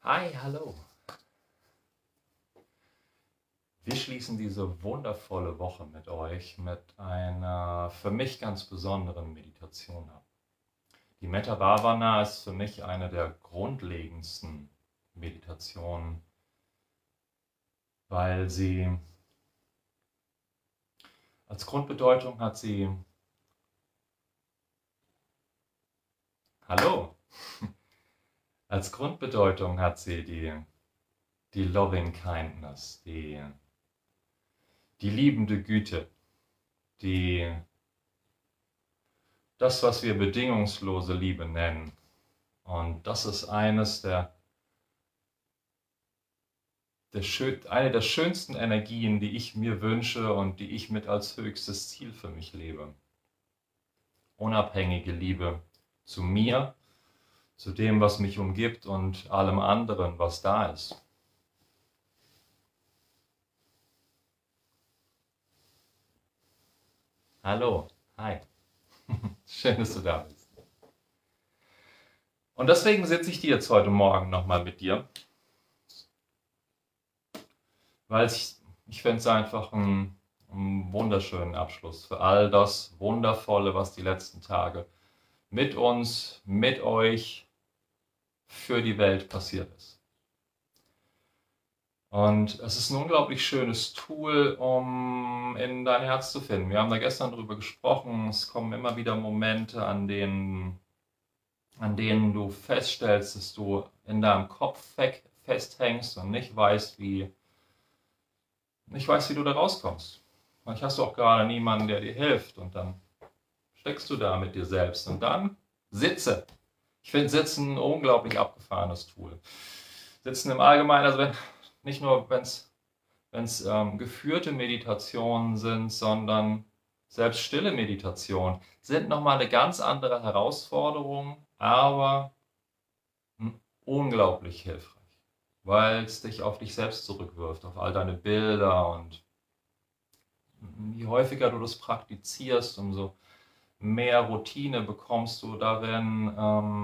Hi, hallo. Wir schließen diese wundervolle Woche mit euch mit einer für mich ganz besonderen Meditation ab. Die Metta Bhavana ist für mich eine der grundlegendsten Meditationen, weil sie als Grundbedeutung hat sie, hallo, als Grundbedeutung hat sie die Loving Kindness, die liebende Güte, die das, was wir bedingungslose Liebe nennen. Und das ist eine der schönsten Energien, die ich mir wünsche und die ich mit als höchstes Ziel für mich lebe. Unabhängige Liebe zu mir, zu dem, was mich umgibt und allem anderen, was da ist. Hallo, hi, schön, dass du da bist. Und deswegen sitze ich dir jetzt heute Morgen nochmal mit dir, weil ich finde es einfach einen wunderschönen Abschluss für all das Wundervolle, was die letzten Tage mit uns, mit euch für die Welt passiert ist. Und es ist ein unglaublich schönes Tool, um in dein Herz zu finden. Wir haben da gestern drüber gesprochen. Es kommen immer wieder Momente, an denen du feststellst, dass du in deinem Kopf festhängst und nicht weißt, wie du da rauskommst. Vielleicht hast du auch gerade niemanden, der dir hilft, und dann steckst du da mit dir selbst. Und dann sitze. Ich finde Sitzen ein unglaublich abgefahrenes Tool. Sitzen im Allgemeinen, also nicht nur wenn es geführte Meditationen sind, sondern selbst stille Meditationen sind nochmal eine ganz andere Herausforderung, aber unglaublich hilfreich, weil es dich auf dich selbst zurückwirft, auf all deine Bilder, und je häufiger du das praktizierst, umso mehr Routine bekommst du darin,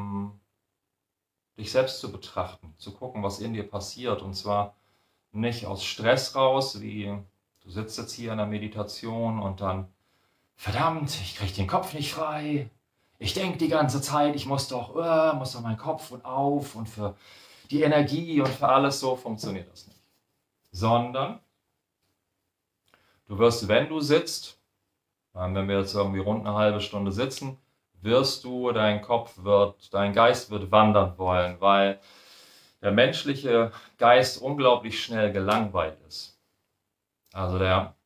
dich selbst zu betrachten, zu gucken, was in dir passiert, und zwar nicht aus Stress raus, wie du sitzt jetzt hier in der Meditation und dann, verdammt, ich kriege den Kopf nicht frei. Ich denke die ganze Zeit, ich muss doch meinen Kopf und auf und für die Energie und für alles, so funktioniert das nicht. Sondern du wirst, wenn du sitzt, wenn wir jetzt irgendwie rund eine halbe Stunde sitzen, dein Geist wird wandern wollen, weil der menschliche Geist unglaublich schnell gelangweilt ist. Also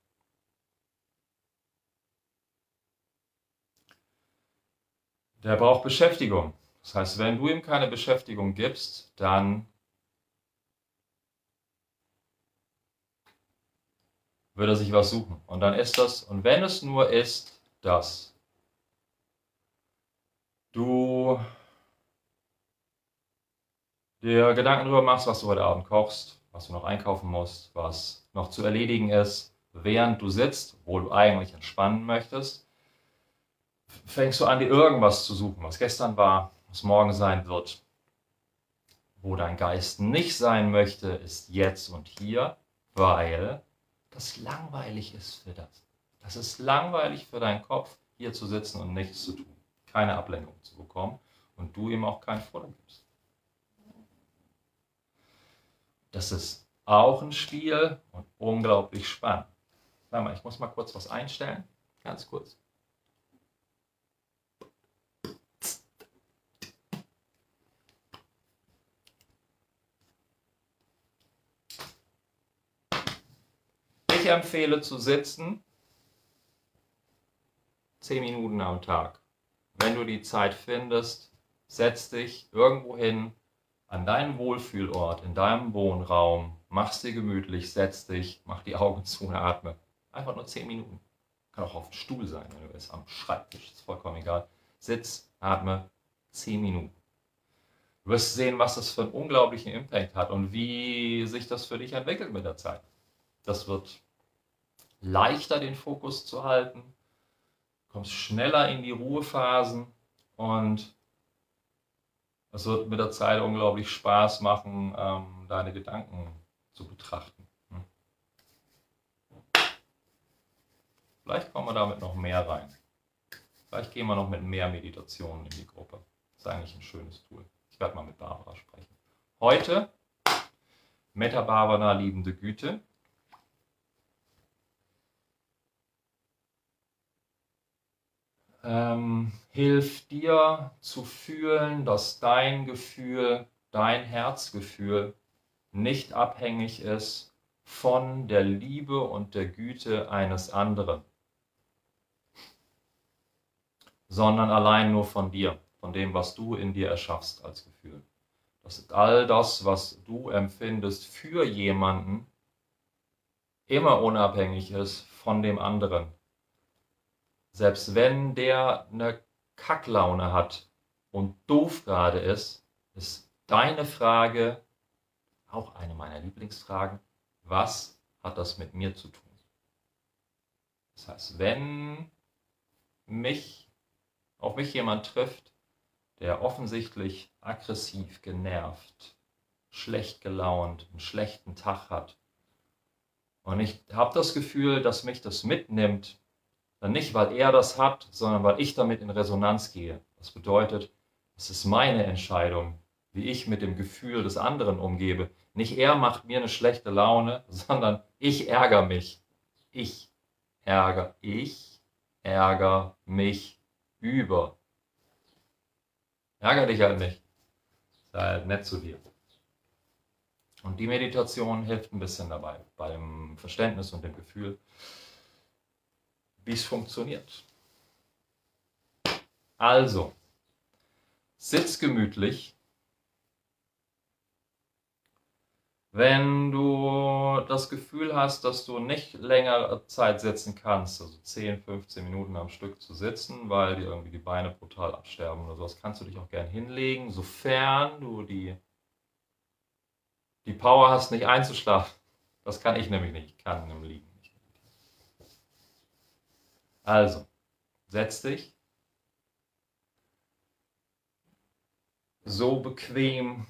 der braucht Beschäftigung. Das heißt, wenn du ihm keine Beschäftigung gibst, dann wird er sich was suchen. Und dann ist das, und wenn es nur ist, dass du dir Gedanken darüber machst, was du heute Abend kochst, was du noch einkaufen musst, was noch zu erledigen ist, während du sitzt, wo du eigentlich entspannen möchtest, fängst du an, dir irgendwas zu suchen, was gestern war, was morgen sein wird. Wo dein Geist nicht sein möchte, ist jetzt und hier, weil das langweilig ist für das. Das ist langweilig für deinen Kopf, hier zu sitzen und nichts zu tun, keine Ablenkung zu bekommen und du ihm auch kein Futter gibst. Das ist auch ein Spiel und unglaublich spannend. Warte mal, ich muss mal kurz was einstellen. Ganz kurz. Ich empfehle zu sitzen 10 Minuten am Tag. Wenn du die Zeit findest, setz dich irgendwo hin, an deinen Wohlfühlort, in deinem Wohnraum, mach's dir gemütlich, setz dich, mach die Augen zu und atme. Einfach nur 10 Minuten. Kann auch auf dem Stuhl sein, wenn du bist, am Schreibtisch, ist vollkommen egal. Sitz, atme, 10 Minuten. Du wirst sehen, was das für einen unglaublichen Impact hat und wie sich das für dich entwickelt mit der Zeit. Das wird leichter, den Fokus zu halten, du kommst schneller in die Ruhephasen und Es wird mit der Zeit unglaublich Spaß machen, deine Gedanken zu betrachten. Vielleicht kommen wir damit noch mehr rein. Vielleicht gehen wir noch mit mehr Meditationen in die Gruppe. Das ist eigentlich ein schönes Tool. Ich werde mal mit Barbara sprechen. Heute Metta Bhavana, liebende Güte. Hilft dir zu fühlen, dass dein Gefühl, dein Herzgefühl nicht abhängig ist von der Liebe und der Güte eines anderen, sondern allein nur von dir, von dem, was du in dir erschaffst als Gefühl. Dass all das, was du empfindest für jemanden, immer unabhängig ist von dem anderen. Selbst wenn der eine Kacklaune hat und doof gerade ist deine Frage, auch eine meiner Lieblingsfragen, was hat das mit mir zu tun? Das heißt, wenn auf mich jemand trifft, der offensichtlich aggressiv, genervt, schlecht gelaunt, einen schlechten Tag hat, und ich habe das Gefühl, dass mich das mitnimmt, dann nicht, weil er das hat, sondern weil ich damit in Resonanz gehe. Das bedeutet, es ist meine Entscheidung, wie ich mit dem Gefühl des anderen umgebe. Nicht er macht mir eine schlechte Laune, sondern ich ärgere mich. Ich ärgere mich über. Ärgere dich halt nicht. Sei halt nett zu dir. Und die Meditation hilft ein bisschen dabei, beim Verständnis und dem Gefühl, wie es funktioniert. Also, sitz gemütlich. Wenn du das Gefühl hast, dass du nicht längere Zeit sitzen kannst, also 10, 15 Minuten am Stück zu sitzen, weil dir irgendwie die Beine brutal absterben oder sowas, kannst du dich auch gern hinlegen, sofern du die Power hast, nicht einzuschlafen. Das kann ich nämlich nicht, ich kann im Liegen nicht. Also, setz dich so bequem,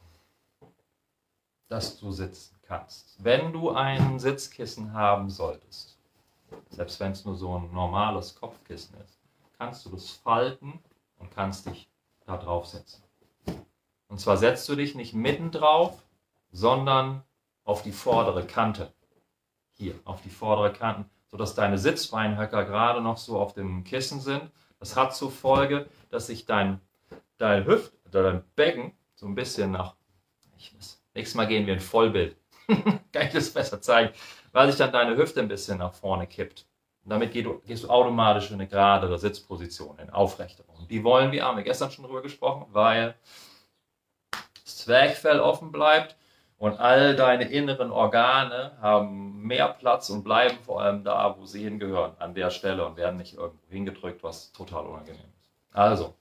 dass du sitzen kannst. Wenn du ein Sitzkissen haben solltest, selbst wenn es nur so ein normales Kopfkissen ist, kannst du das falten und kannst dich da drauf setzen. Und zwar setzt du dich nicht mitten drauf, sondern auf die vordere Kante. Hier, auf die vordere Kante, sodass deine Sitzbeinhöcker gerade noch so auf dem Kissen sind. Das hat zur Folge, dass sich dein Becken so ein bisschen nächstes Mal gehen wir in Vollbild. Kann ich das besser zeigen, weil sich dann deine Hüfte ein bisschen nach vorne kippt. Und damit gehst du automatisch in eine geradere Sitzposition, in aufrechtere. Und die wollen wir, haben wir gestern schon drüber gesprochen, weil das Zwerchfell offen bleibt und all deine inneren Organe haben mehr Platz und bleiben vor allem da, wo sie hingehören, an der Stelle und werden nicht irgendwo hingedrückt, was total unangenehm ist. Also,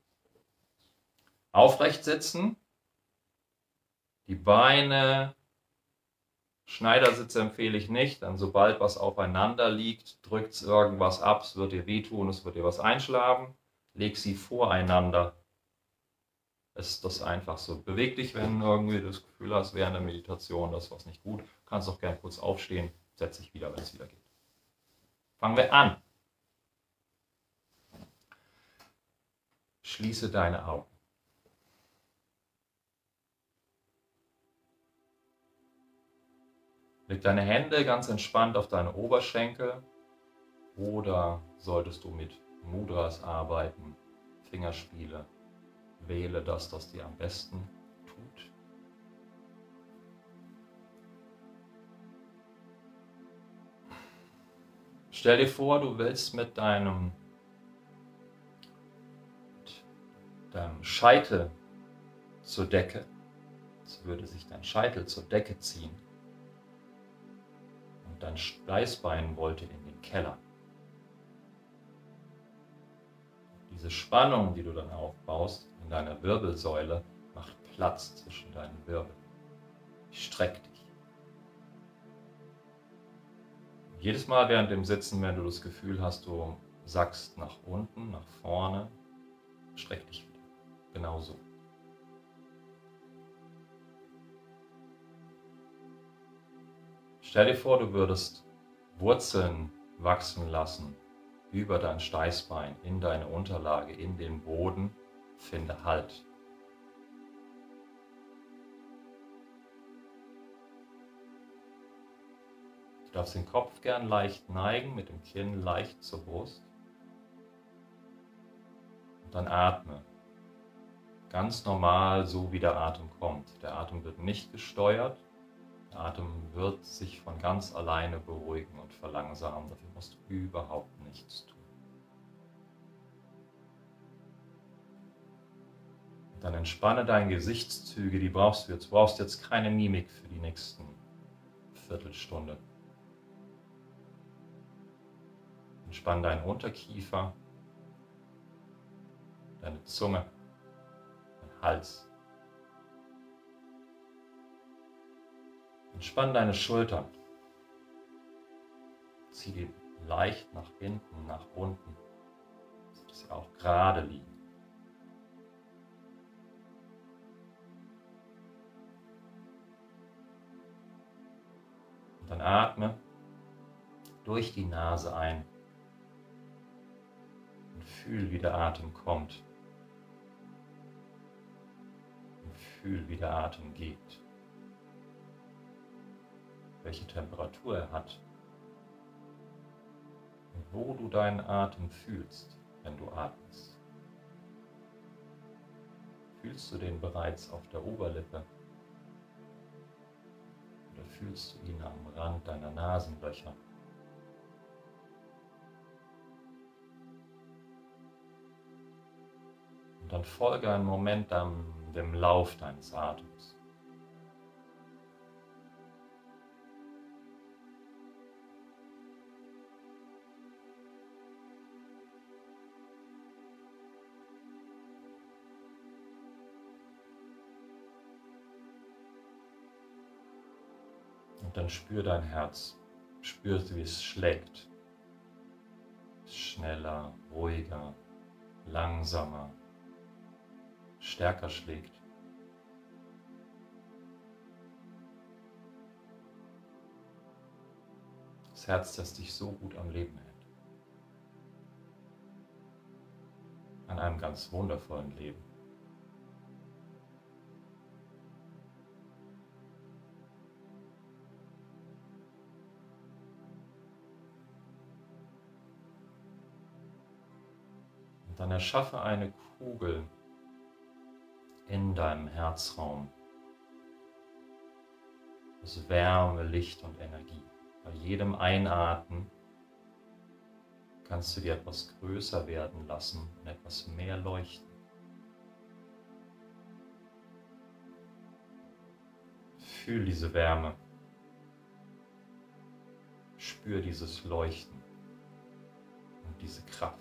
aufrecht sitzen, die Beine, Schneidersitze empfehle ich nicht, denn sobald was aufeinander liegt, drückt es irgendwas ab, es wird dir wehtun, es wird dir was einschlagen. Leg sie voreinander. Ist das einfach so. Beweg dich, wenn du irgendwie das Gefühl hast, während der Meditation, das ist was nicht gut. Du kannst auch gerne kurz aufstehen, setz dich wieder, wenn es wieder geht. Fangen wir an. Schließe deine Augen. Leg deine Hände ganz entspannt auf deine Oberschenkel oder solltest du mit Mudras arbeiten, Fingerspiele, wähle das dir am besten tut. Stell dir vor, du willst mit deinem Scheitel zur Decke, es würde sich dein Scheitel zur Decke ziehen und dein Steißbein wollte in den Keller. Diese Spannung, die du dann aufbaust in deiner Wirbelsäule, macht Platz zwischen deinen Wirbeln. Streck dich. Jedes Mal während dem Sitzen, wenn du das Gefühl hast, du sackst nach unten, nach vorne, streck dich wieder. Genauso. Stell dir vor, du würdest Wurzeln wachsen lassen über dein Steißbein, in deine Unterlage, in den Boden. Finde Halt. Du darfst den Kopf gern leicht neigen, mit dem Kinn leicht zur Brust. Und dann atme. Ganz normal, so wie der Atem kommt. Der Atem wird nicht gesteuert. Der Atem wird sich von ganz alleine beruhigen und verlangsamen. Dafür musst du überhaupt nichts tun. Und dann entspanne deine Gesichtszüge, die brauchst du jetzt. Du brauchst jetzt keine Mimik für die nächsten Viertelstunde. Entspann deinen Unterkiefer, deine Zunge, deinen Hals. Entspann deine Schultern. Zieh die leicht nach hinten, nach unten, dass sie auch gerade liegen. Und dann atme durch die Nase ein und fühl, wie der Atem kommt. Und fühl, wie der Atem geht. Welche Temperatur er hat. Und wo du deinen Atem fühlst, wenn du atmest. Fühlst du den bereits auf der Oberlippe? Oder fühlst du ihn am Rand deiner Nasenlöcher? Und dann folge einen Moment dem Lauf deines Atems. Und dann spür dein Herz, spür, wie es schlägt. Schneller, ruhiger, langsamer, stärker schlägt. Das Herz, das dich so gut am Leben hält. An einem ganz wundervollen Leben. Und dann erschaffe eine Kugel in deinem Herzraum aus Wärme, Licht und Energie. Bei jedem Einatmen kannst du dir etwas größer werden lassen und etwas mehr leuchten. Fühl diese Wärme. Spür dieses Leuchten und diese Kraft.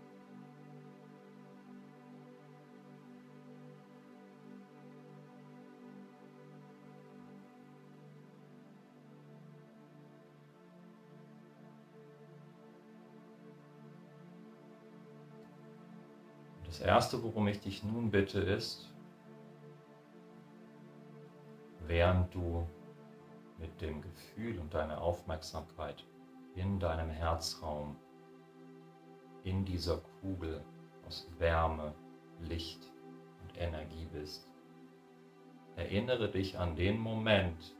Das Erste, worum ich dich nun bitte, ist, während du mit dem Gefühl und deiner Aufmerksamkeit in deinem Herzraum, in dieser Kugel aus Wärme, Licht und Energie bist, erinnere dich an den Moment,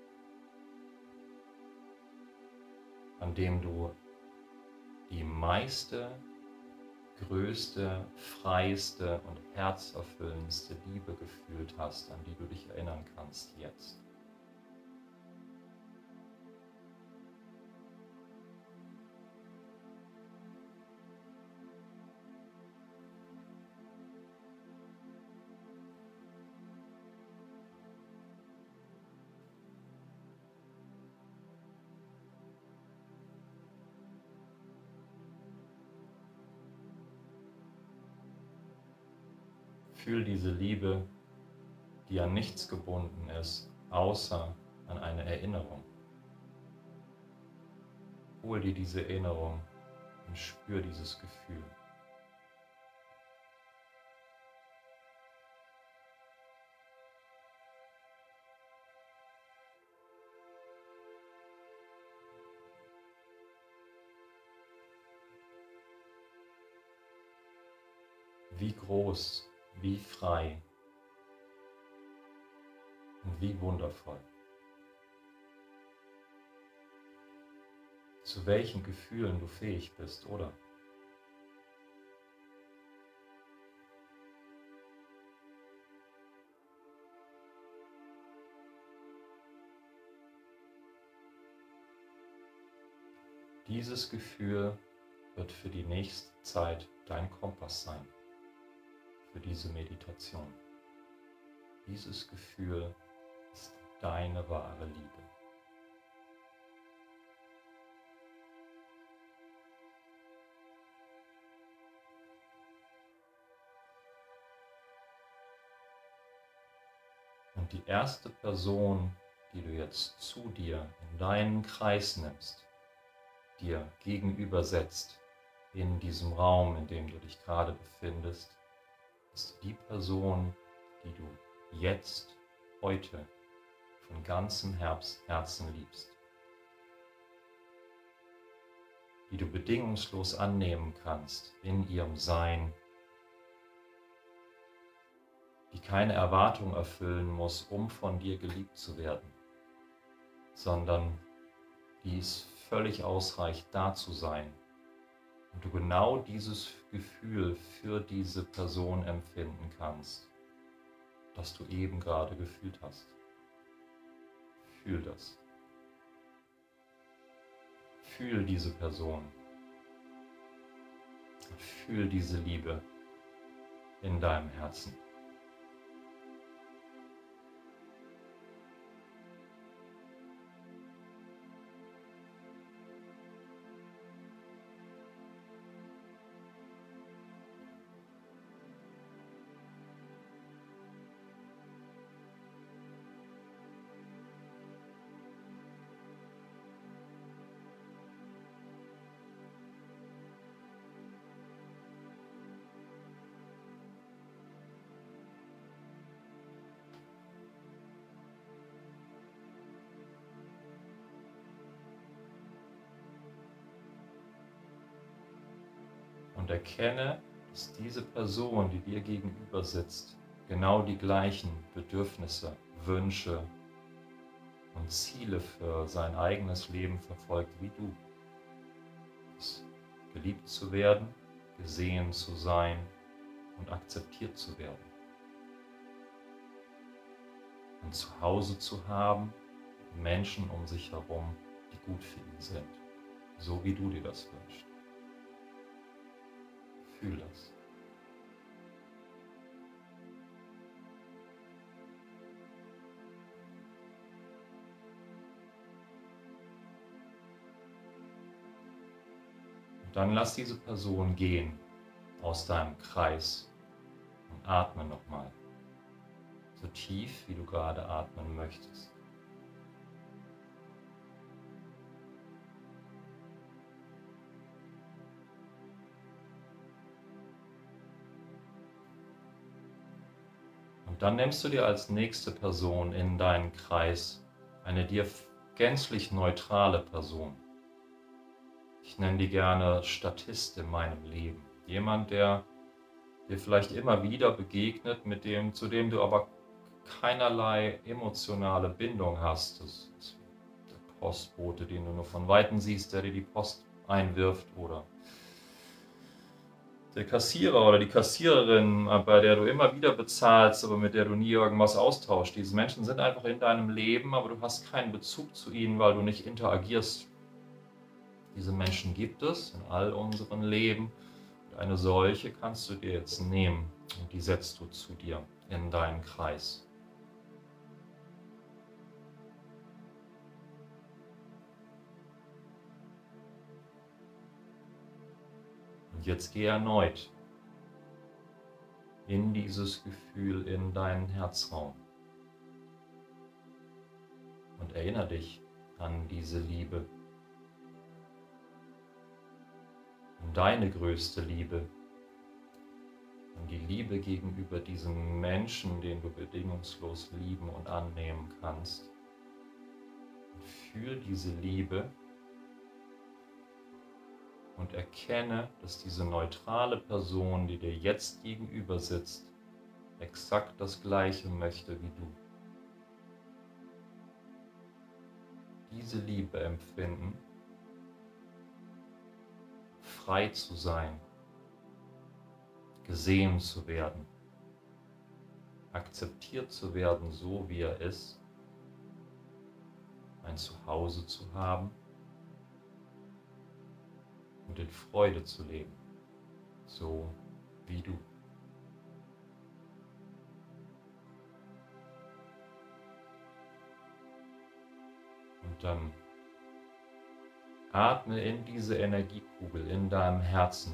an dem du die meiste, größte, freiste und herzerfüllendste Liebe gefühlt hast, an die du dich erinnern kannst jetzt. Fühl diese Liebe, die an nichts gebunden ist, außer an eine Erinnerung. Hol dir diese Erinnerung und spür dieses Gefühl. wie groß, wie frei und wie wundervoll. Zu welchen Gefühlen du fähig bist, oder? Dieses Gefühl wird für die nächste Zeit dein Kompass sein, für diese Meditation. Dieses Gefühl ist deine wahre Liebe. Und die erste Person, die du jetzt zu dir in deinen Kreis nimmst, dir gegenüber setzt, in diesem Raum, in dem du dich gerade befindest, ist die Person, die du jetzt, heute, von ganzem Herzen liebst, die du bedingungslos annehmen kannst in ihrem Sein, die keine Erwartung erfüllen muss, um von dir geliebt zu werden, sondern die es völlig ausreicht, da zu sein. Und du genau dieses Gefühl für diese Person empfinden kannst, das du eben gerade gefühlt hast. Fühl das. Fühl diese Person. Fühl diese Liebe in deinem Herzen. Und erkenne, dass diese Person, die dir gegenüber sitzt, genau die gleichen Bedürfnisse, Wünsche und Ziele für sein eigenes Leben verfolgt wie du. Geliebt zu werden, gesehen zu sein und akzeptiert zu werden. Ein Zuhause zu haben, Menschen um sich herum, die gut für ihn sind, so wie du dir das wünschst. Fühl das. Und dann lass diese Person gehen aus deinem Kreis und atme nochmal, so tief wie du gerade atmen möchtest. Und dann nimmst du dir als nächste Person in deinen Kreis eine dir gänzlich neutrale Person. Ich nenne die gerne Statist in meinem Leben. Jemand, der dir vielleicht immer wieder begegnet, zu dem du aber keinerlei emotionale Bindung hast. Das ist der Postbote, den du nur von Weitem siehst, der dir die Post einwirft, oder der Kassierer oder die Kassiererin, bei der du immer wieder bezahlst, aber mit der du nie irgendwas austauschst. Diese Menschen sind einfach in deinem Leben, aber du hast keinen Bezug zu ihnen, weil du nicht interagierst. Diese Menschen gibt es in all unseren Leben. Und eine solche kannst du dir jetzt nehmen und die setzt du zu dir in deinen Kreis. Und jetzt geh erneut in dieses Gefühl in deinen Herzraum und erinnere dich an diese Liebe, an deine größte Liebe, an die Liebe gegenüber diesem Menschen, den du bedingungslos lieben und annehmen kannst. Und fühl diese Liebe Und erkenne, dass diese neutrale Person, die dir jetzt gegenüber sitzt, exakt das Gleiche möchte wie du. Diese Liebe empfinden, frei zu sein, gesehen zu werden, akzeptiert zu werden, so wie er ist, ein Zuhause zu haben und in Freude zu leben, so wie du. Und dann atme in diese Energiekugel in deinem Herzen.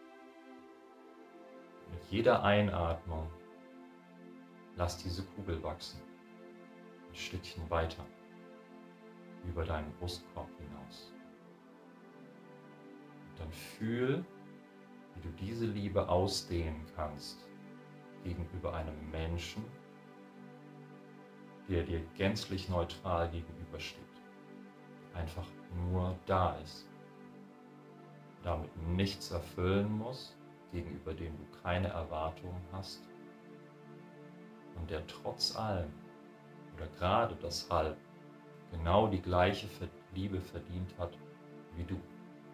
Mit jeder Einatmung lass diese Kugel wachsen, ein Stückchen weiter, über deinen Brustkorb hinaus. Und dann fühl, wie du diese Liebe ausdehnen kannst gegenüber einem Menschen, der dir gänzlich neutral gegenübersteht, einfach nur da ist, damit nichts erfüllen muss, gegenüber dem du keine Erwartungen hast und der trotz allem oder gerade deshalb genau die gleiche Liebe verdient hat wie du.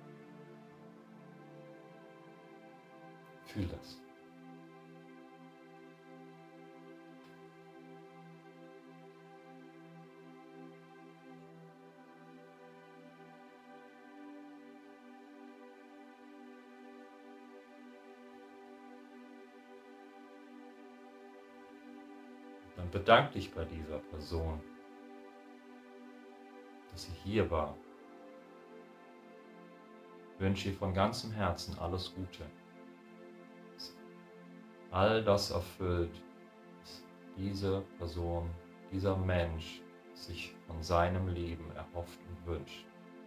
Fühl das. Dann bedank dich bei dieser Person, dass sie hier war. Ich wünsche ihr von ganzem Herzen alles Gute. Dass all das erfüllt, was diese Person, dieser Mensch sich von seinem Leben erhofft und wünscht.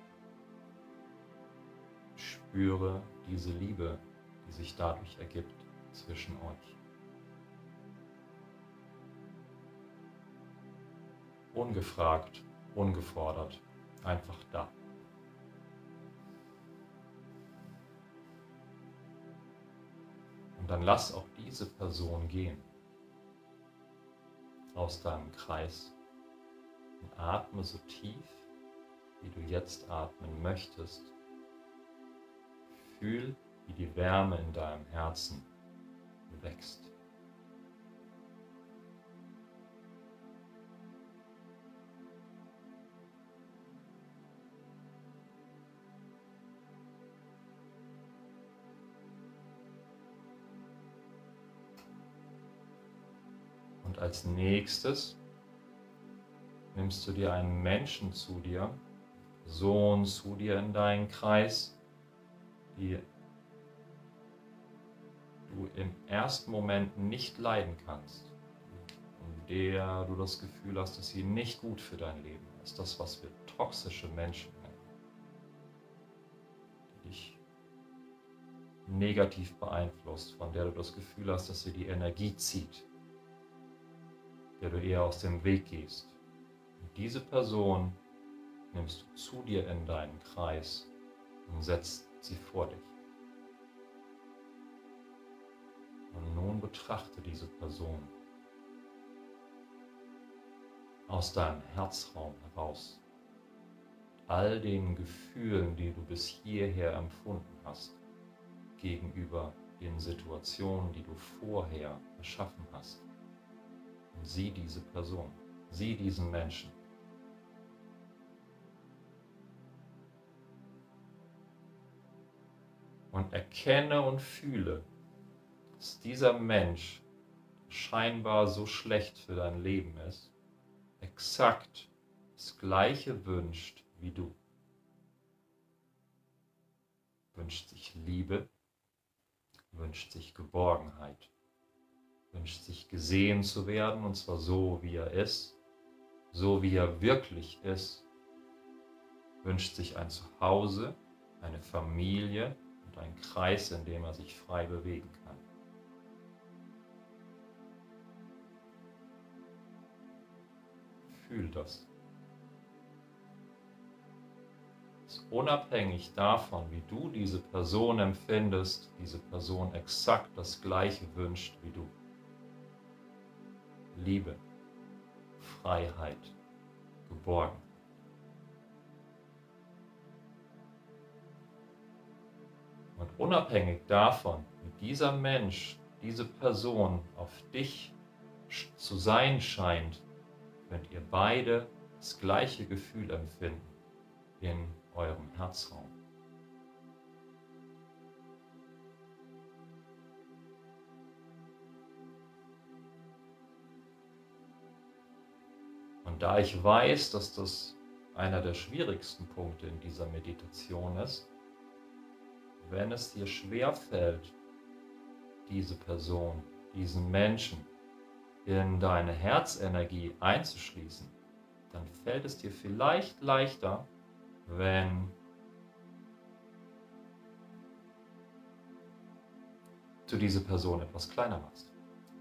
Spüre diese Liebe, die sich dadurch ergibt zwischen euch. Ungefragt, ungefordert, einfach da. Und dann lass auch diese Person gehen aus deinem Kreis und atme so tief, wie du jetzt atmen möchtest. Fühl, wie die Wärme in deinem Herzen wächst. Und als nächstes nimmst du dir einen Menschen zu dir, Person zu dir in deinen Kreis, die du im ersten Moment nicht leiden kannst, in der du das Gefühl hast, dass sie nicht gut für dein Leben ist, das, was wir toxische Menschen nennen, die dich negativ beeinflusst, von der du das Gefühl hast, dass sie die Energie zieht, der du eher aus dem Weg gehst. Und diese Person nimmst du zu dir in deinen Kreis und setzt sie vor dich. Und nun betrachte diese Person aus deinem Herzraum heraus, all den Gefühlen, die du bis hierher empfunden hast, gegenüber den Situationen, die du vorher erschaffen hast. Und sieh diese Person, sieh diesen Menschen. Und erkenne und fühle, dass dieser Mensch, der scheinbar so schlecht für dein Leben ist, exakt das Gleiche wünscht wie du. Wünscht sich Liebe, wünscht sich Geborgenheit, wünscht sich gesehen zu werden, und zwar so, wie er ist, so wie er wirklich ist, wünscht sich ein Zuhause, eine Familie und einen Kreis, in dem er sich frei bewegen kann. Fühl das. Das unabhängig davon, wie du diese Person empfindest, diese Person exakt das Gleiche wünscht wie du. Liebe, Freiheit, Geborgenheit. Und unabhängig davon, wie dieser Mensch, diese Person auf dich zu sein scheint, könnt ihr beide das gleiche Gefühl empfinden in eurem Herzraum. Und da ich weiß, dass das einer der schwierigsten Punkte in dieser Meditation ist, wenn es dir schwerfällt, diese Person, diesen Menschen in deine Herzenergie einzuschließen, dann fällt es dir vielleicht leichter, wenn du diese Person etwas kleiner machst,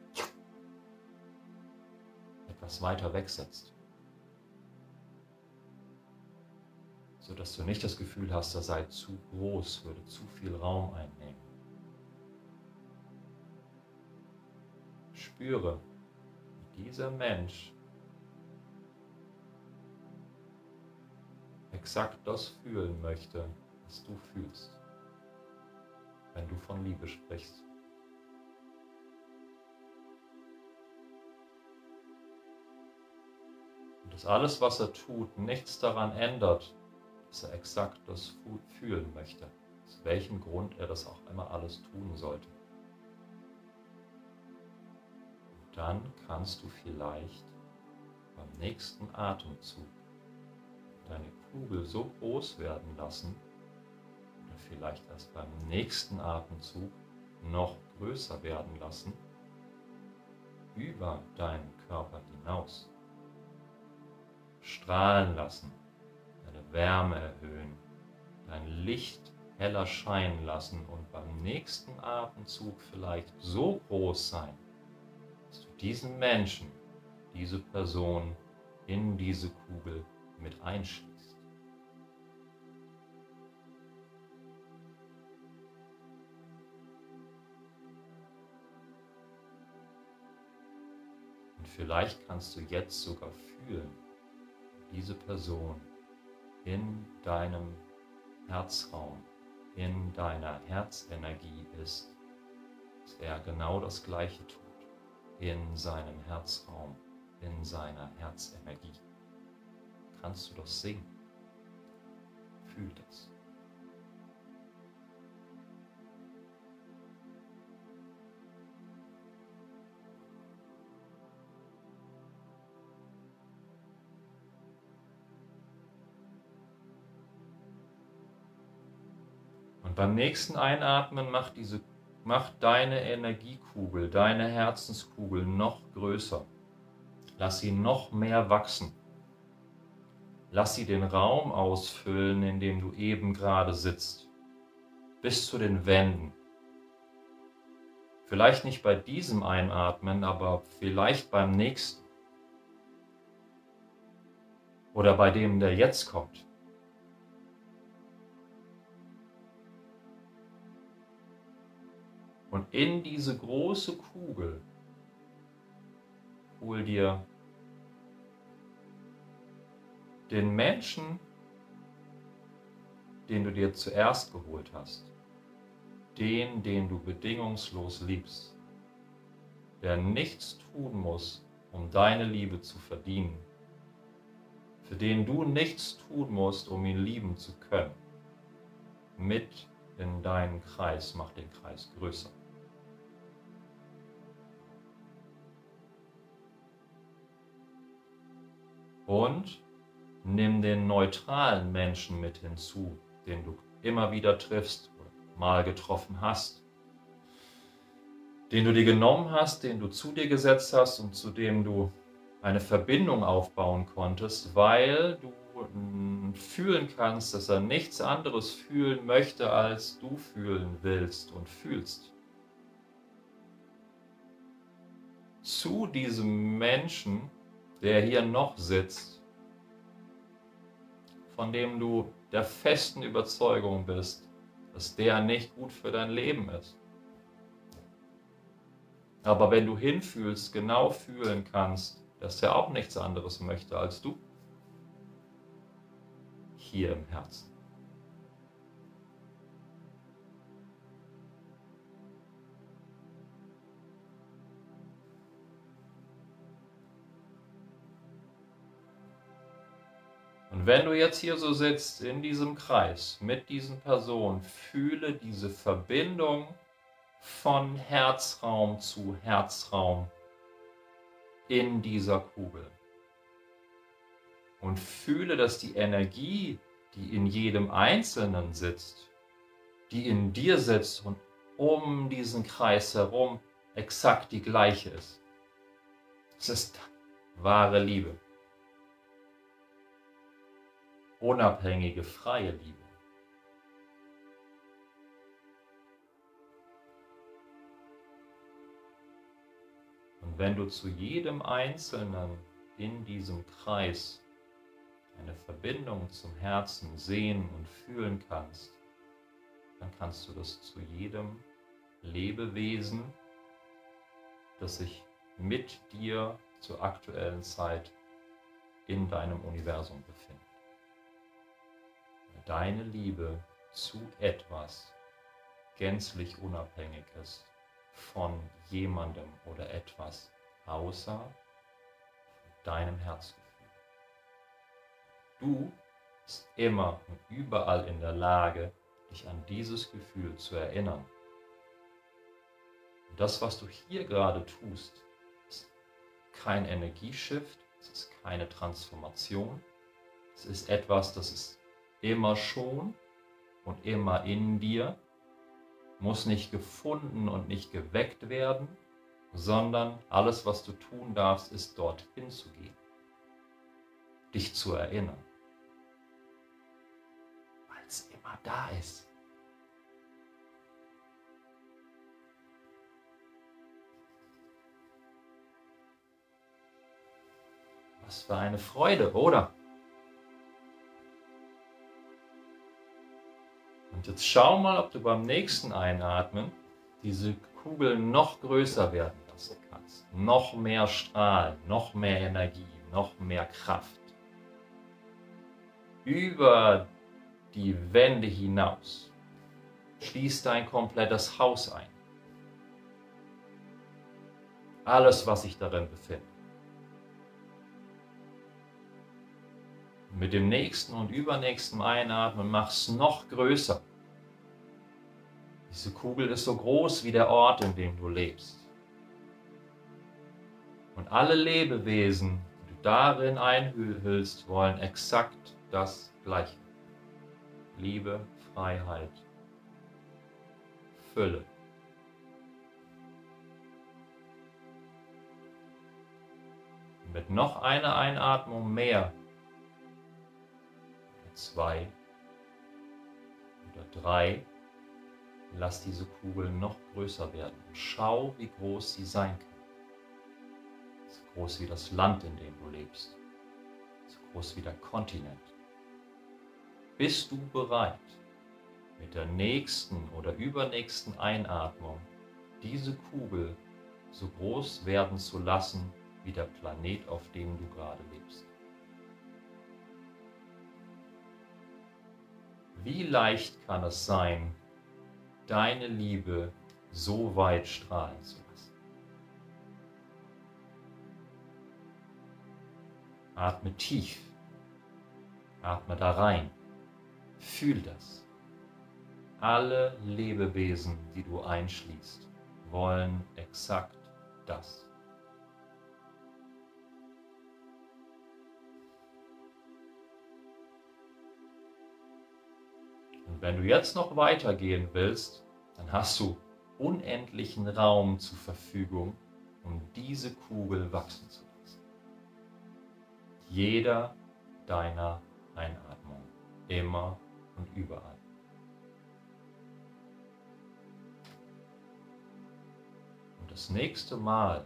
etwas weiter wegsetzt, sodass du nicht das Gefühl hast, er sei zu groß, würde zu viel Raum einnehmen. Spüre, wie dieser Mensch exakt das fühlen möchte, was du fühlst, wenn du von Liebe sprichst. Und dass alles, was er tut, nichts daran ändert, dass er exakt das fühlen möchte, aus welchem Grund er das auch immer alles tun sollte. Und dann kannst du vielleicht beim nächsten Atemzug deine Kugel so groß werden lassen, oder vielleicht erst beim nächsten Atemzug noch größer werden lassen, über deinen Körper hinaus. Strahlen lassen, deine Wärme erhöhen, dein Licht heller scheinen lassen und beim nächsten Atemzug vielleicht so groß sein, dass du diesen Menschen, diese Person in diese Kugel mit einschließt. Und vielleicht kannst du jetzt sogar fühlen, wie diese Person in deinem Herzraum, in deiner Herzenergie ist, dass er genau das Gleiche tut, in seinem Herzraum, in seiner Herzenergie. Kannst du das sehen? Fühl das. Und beim nächsten Einatmen mach deine Energiekugel, deine Herzenskugel noch größer. Lass sie noch mehr wachsen. Lass sie den Raum ausfüllen, in dem du eben gerade sitzt, bis zu den Wänden. Vielleicht nicht bei diesem Einatmen, aber vielleicht beim nächsten. Oder bei dem, der jetzt kommt. Und in diese große Kugel hol dir den Menschen, den du dir zuerst geholt hast, den du bedingungslos liebst, der nichts tun muss, um deine Liebe zu verdienen, für den du nichts tun musst, um ihn lieben zu können, mit in deinen Kreis, mach den Kreis größer. Und nimm den neutralen Menschen mit hinzu, den du immer wieder triffst oder mal getroffen hast, den du dir genommen hast, den du zu dir gesetzt hast und zu dem du eine Verbindung aufbauen konntest, weil du fühlen kannst, dass er nichts anderes fühlen möchte, als du fühlen willst und fühlst. Zu diesem Menschen, der hier noch sitzt, von dem du der festen Überzeugung bist, dass der nicht gut für dein Leben ist. Aber wenn du hinfühlst, genau fühlen kannst, dass er auch nichts anderes möchte als du, hier im Herzen. Und wenn du jetzt hier so sitzt in diesem Kreis mit diesen Personen, fühle diese Verbindung von Herzraum zu Herzraum in dieser Kugel. Und fühle, dass die Energie, die in jedem Einzelnen sitzt, die in dir sitzt und um diesen Kreis herum exakt die gleiche ist. Es ist wahre Liebe. Unabhängige, freie Liebe. Und wenn du zu jedem Einzelnen in diesem Kreis eine Verbindung zum Herzen sehen und fühlen kannst, dann kannst du das zu jedem Lebewesen, das sich mit dir zur aktuellen Zeit in deinem Universum befindet. Deine Liebe zu etwas gänzlich unabhängig ist von jemandem oder etwas außer deinem Herzgefühl. Du bist immer und überall in der Lage, dich an dieses Gefühl zu erinnern. Und das, was du hier gerade tust, ist kein Energieshift, es ist keine Transformation, es ist etwas, das ist immer schon und immer in dir, muss nicht gefunden und nicht geweckt werden, sondern alles, was du tun darfst, ist dorthin zu gehen, dich zu erinnern, weil es immer da ist. Was für eine Freude, oder? Und jetzt schau mal, ob du beim nächsten Einatmen diese Kugel noch größer werden lassen kannst. Noch mehr Strahlen, noch mehr Energie, noch mehr Kraft. Über die Wände hinaus. Schließ dein komplettes Haus ein. Alles, was sich darin befindet. Mit dem nächsten und übernächsten Einatmen mach es noch größer. Diese Kugel ist so groß wie der Ort, in dem du lebst. Und alle Lebewesen, die du darin einhüllst, wollen exakt das Gleiche. Liebe, Freiheit, Fülle. Und mit noch einer Einatmung mehr, oder 2 oder 3, lass diese Kugel noch größer werden und schau, wie groß sie sein kann. So groß wie das Land, in dem du lebst. So groß wie der Kontinent. Bist du bereit, mit der nächsten oder übernächsten Einatmung diese Kugel so groß werden zu lassen wie der Planet, auf dem du gerade lebst? Wie leicht kann es sein, deine Liebe so weit strahlen zu lassen? Atme tief, atme da rein, fühl das. Alle Lebewesen, die du einschließt, wollen exakt das. Und wenn du jetzt noch weitergehen willst, dann hast du unendlichen Raum zur Verfügung, um diese Kugel wachsen zu lassen. Jeder deiner Einatmung, immer und überall. Und das nächste Mal,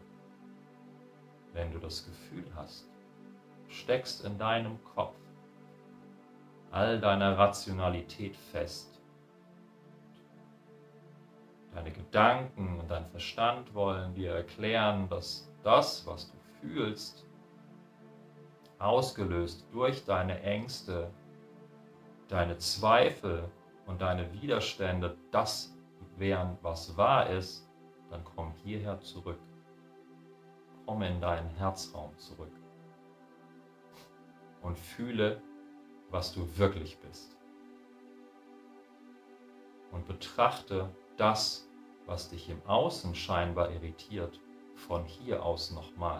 wenn du das Gefühl hast, steckst in deinem Kopf all deiner Rationalität fest. Deine Gedanken und dein Verstand wollen dir erklären, dass das, was du fühlst, ausgelöst durch deine Ängste, deine Zweifel und deine Widerstände, das wären, was wahr ist, dann komm hierher zurück. Komm in deinen Herzraum zurück und fühle, was du wirklich bist. Und betrachte das, was dich im Außen scheinbar irritiert, von hier aus nochmal.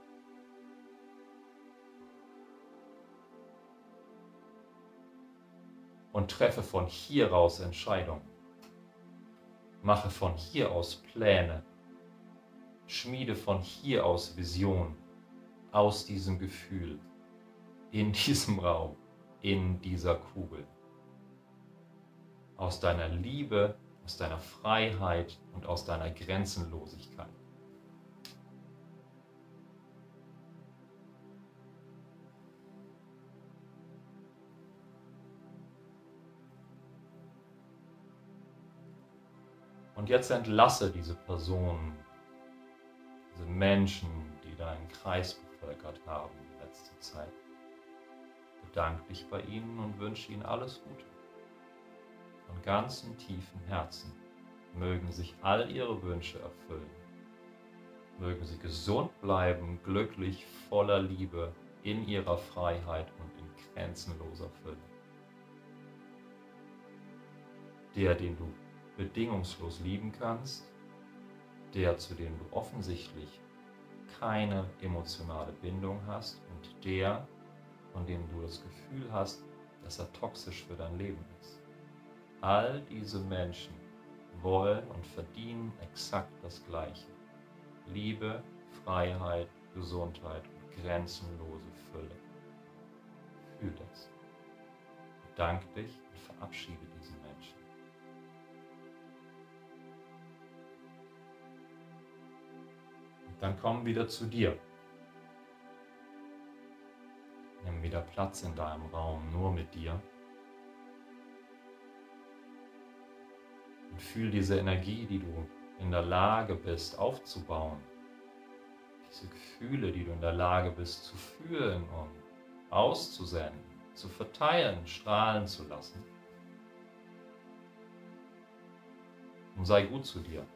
Und treffe von hier aus Entscheidungen. Mache von hier aus Pläne. Schmiede von hier aus Visionen. Aus diesem Gefühl. In diesem Raum. In dieser Kugel. Aus deiner Liebe, aus deiner Freiheit und aus deiner Grenzenlosigkeit. Und jetzt entlasse diese Personen, diese Menschen, die deinen Kreis bevölkert haben in letzter Zeit. Bedank dich bei ihnen und wünsche ihnen alles Gute. Von ganzem tiefen Herzen mögen sich all ihre Wünsche erfüllen. Mögen sie gesund bleiben, glücklich, voller Liebe, in ihrer Freiheit und in grenzenloser Fülle. Der, den du bedingungslos lieben kannst, der, zu dem du offensichtlich keine emotionale Bindung hast und der, von dem du das Gefühl hast, dass er toxisch für dein Leben ist. All diese Menschen wollen und verdienen exakt das Gleiche. Liebe, Freiheit, Gesundheit und grenzenlose Fülle. Fühl das. Bedank dich und verabschiede diesen Menschen. Und dann komm wieder zu dir. Nimm wieder Platz in deinem Raum, nur mit dir. Und fühl diese Energie, die du in der Lage bist aufzubauen. Diese Gefühle, die du in der Lage bist zu fühlen und auszusenden, zu verteilen, strahlen zu lassen. Und sei gut zu dir.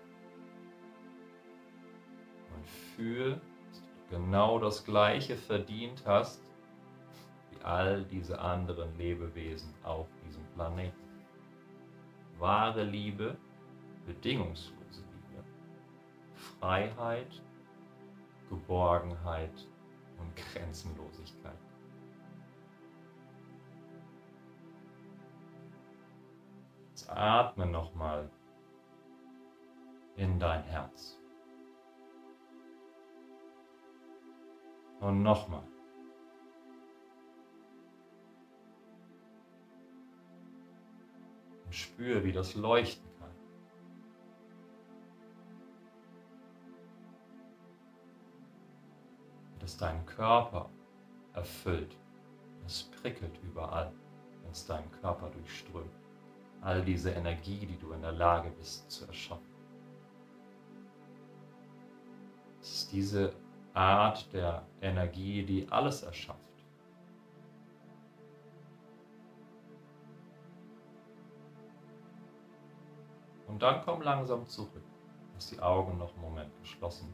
Und fühl, dass du genau das Gleiche verdient hast, wie all diese anderen Lebewesen auf diesem Planeten. Wahre Liebe, bedingungslose Liebe, Freiheit, Geborgenheit und Grenzenlosigkeit. Jetzt atme nochmal in dein Herz. Und nochmal. Und spüre, wie das leuchten kann. Das deinen Körper erfüllt. Es prickelt überall, wenn es deinen Körper durchströmt. All diese Energie, die du in der Lage bist zu erschaffen. Es ist diese Art der Energie, die alles erschafft. Und dann komm langsam zurück. Lass die Augen noch einen Moment geschlossen.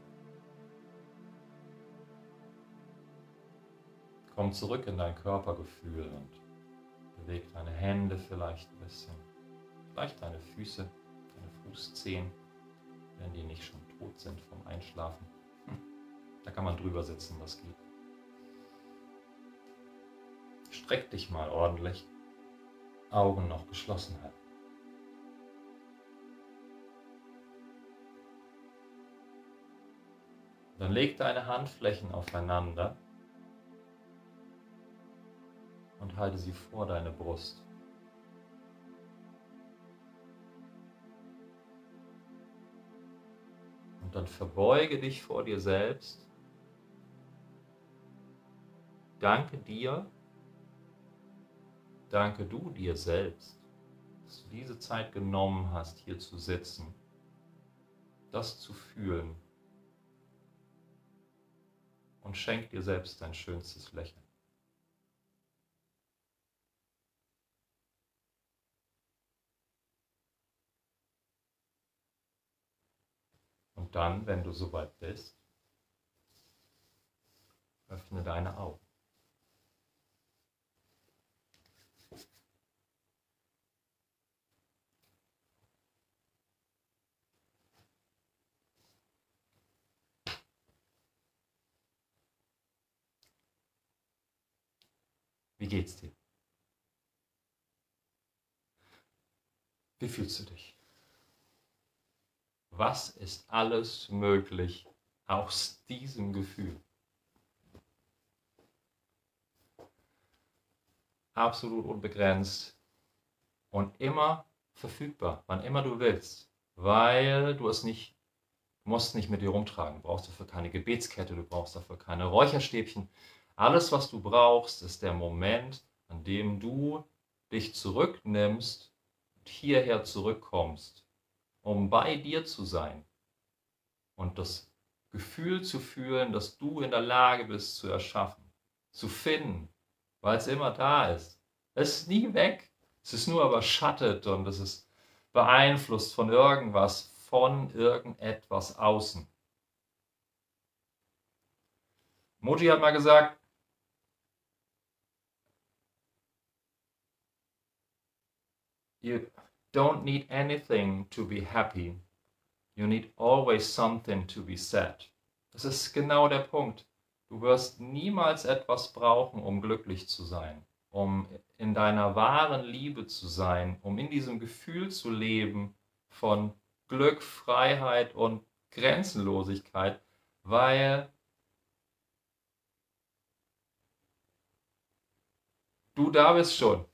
Komm zurück in dein Körpergefühl und beweg deine Hände vielleicht ein bisschen. Vielleicht deine Füße, deine Fußzehen, wenn die nicht schon tot sind vom Einschlafen. Da kann man drüber sitzen, das geht. Streck dich mal ordentlich. Augen noch geschlossen halten. Dann leg deine Handflächen aufeinander und halte sie vor deine Brust. Und dann verbeuge dich vor dir selbst. Danke dir, danke du dir selbst, dass du diese Zeit genommen hast, hier zu sitzen, das zu fühlen, und schenk dir selbst dein schönstes Lächeln. Und dann, wenn du soweit bist, öffne deine Augen. Wie geht's dir? Wie fühlst du dich? Was ist alles möglich aus diesem Gefühl? Absolut unbegrenzt und immer verfügbar, wann immer du willst, weil du musst nicht mit dir rumtragen. Du brauchst dafür keine Gebetskette, du brauchst dafür keine Räucherstäbchen. Alles, was du brauchst, ist der Moment, an dem du dich zurücknimmst und hierher zurückkommst, um bei dir zu sein und das Gefühl zu fühlen, dass du in der Lage bist zu erschaffen, zu finden, weil es immer da ist. Es ist nie weg, es ist nur überschattet und es ist beeinflusst von irgendwas, von irgendetwas außen. Moji hat mal gesagt, you don't need anything to be happy. You need always something to be sad. Das ist genau der Punkt. Du wirst niemals etwas brauchen, um glücklich zu sein, um in deiner wahren Liebe zu sein, um in diesem Gefühl zu leben von Glück, Freiheit und Grenzenlosigkeit, weil du da bist schon.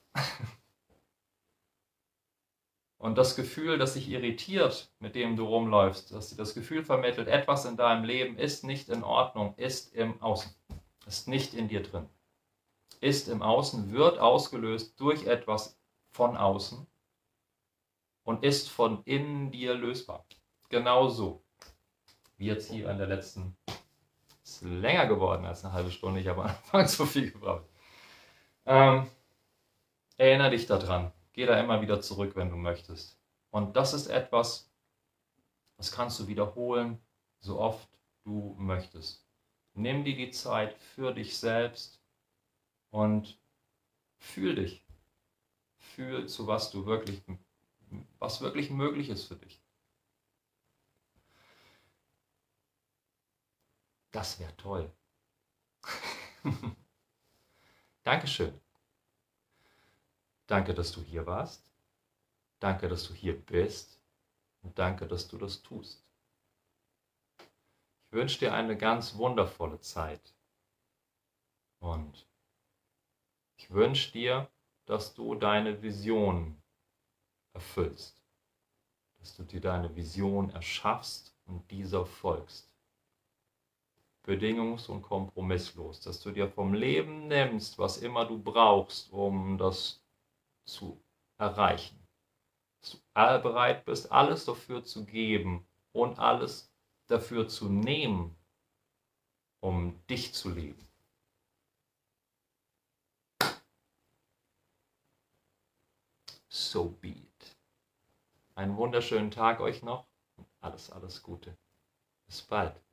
Und das Gefühl, das dich irritiert, mit dem du rumläufst, dass dir das Gefühl vermittelt, etwas in deinem Leben ist nicht in Ordnung, ist im Außen, ist nicht in dir drin. Ist im Außen, wird ausgelöst durch etwas von außen und ist von innen dir lösbar. Genauso wie jetzt hier an der letzten, ist länger geworden als eine halbe Stunde, ich habe am Anfang zu viel gebraucht. Erinnere dich daran, geh da immer wieder zurück, wenn du möchtest. Und das ist etwas, das kannst du wiederholen, so oft du möchtest. Nimm dir die Zeit für dich selbst und fühl dich. Fühl, zu was wirklich möglich ist für dich. Das wäre toll. Dankeschön. Danke, dass du hier warst. Danke, dass du hier bist. Und danke, dass du das tust. Ich wünsche dir eine ganz wundervolle Zeit. Und ich wünsche dir, dass du deine Vision erfüllst. Dass du dir deine Vision erschaffst und dieser folgst. Bedingungs- und kompromisslos. Dass du dir vom Leben nimmst, was immer du brauchst, um das zu erreichen. Dass du bereit bist, alles dafür zu geben und alles dafür zu nehmen, um dich zu leben. So be it. Einen wunderschönen Tag euch noch und alles Gute. Bis bald.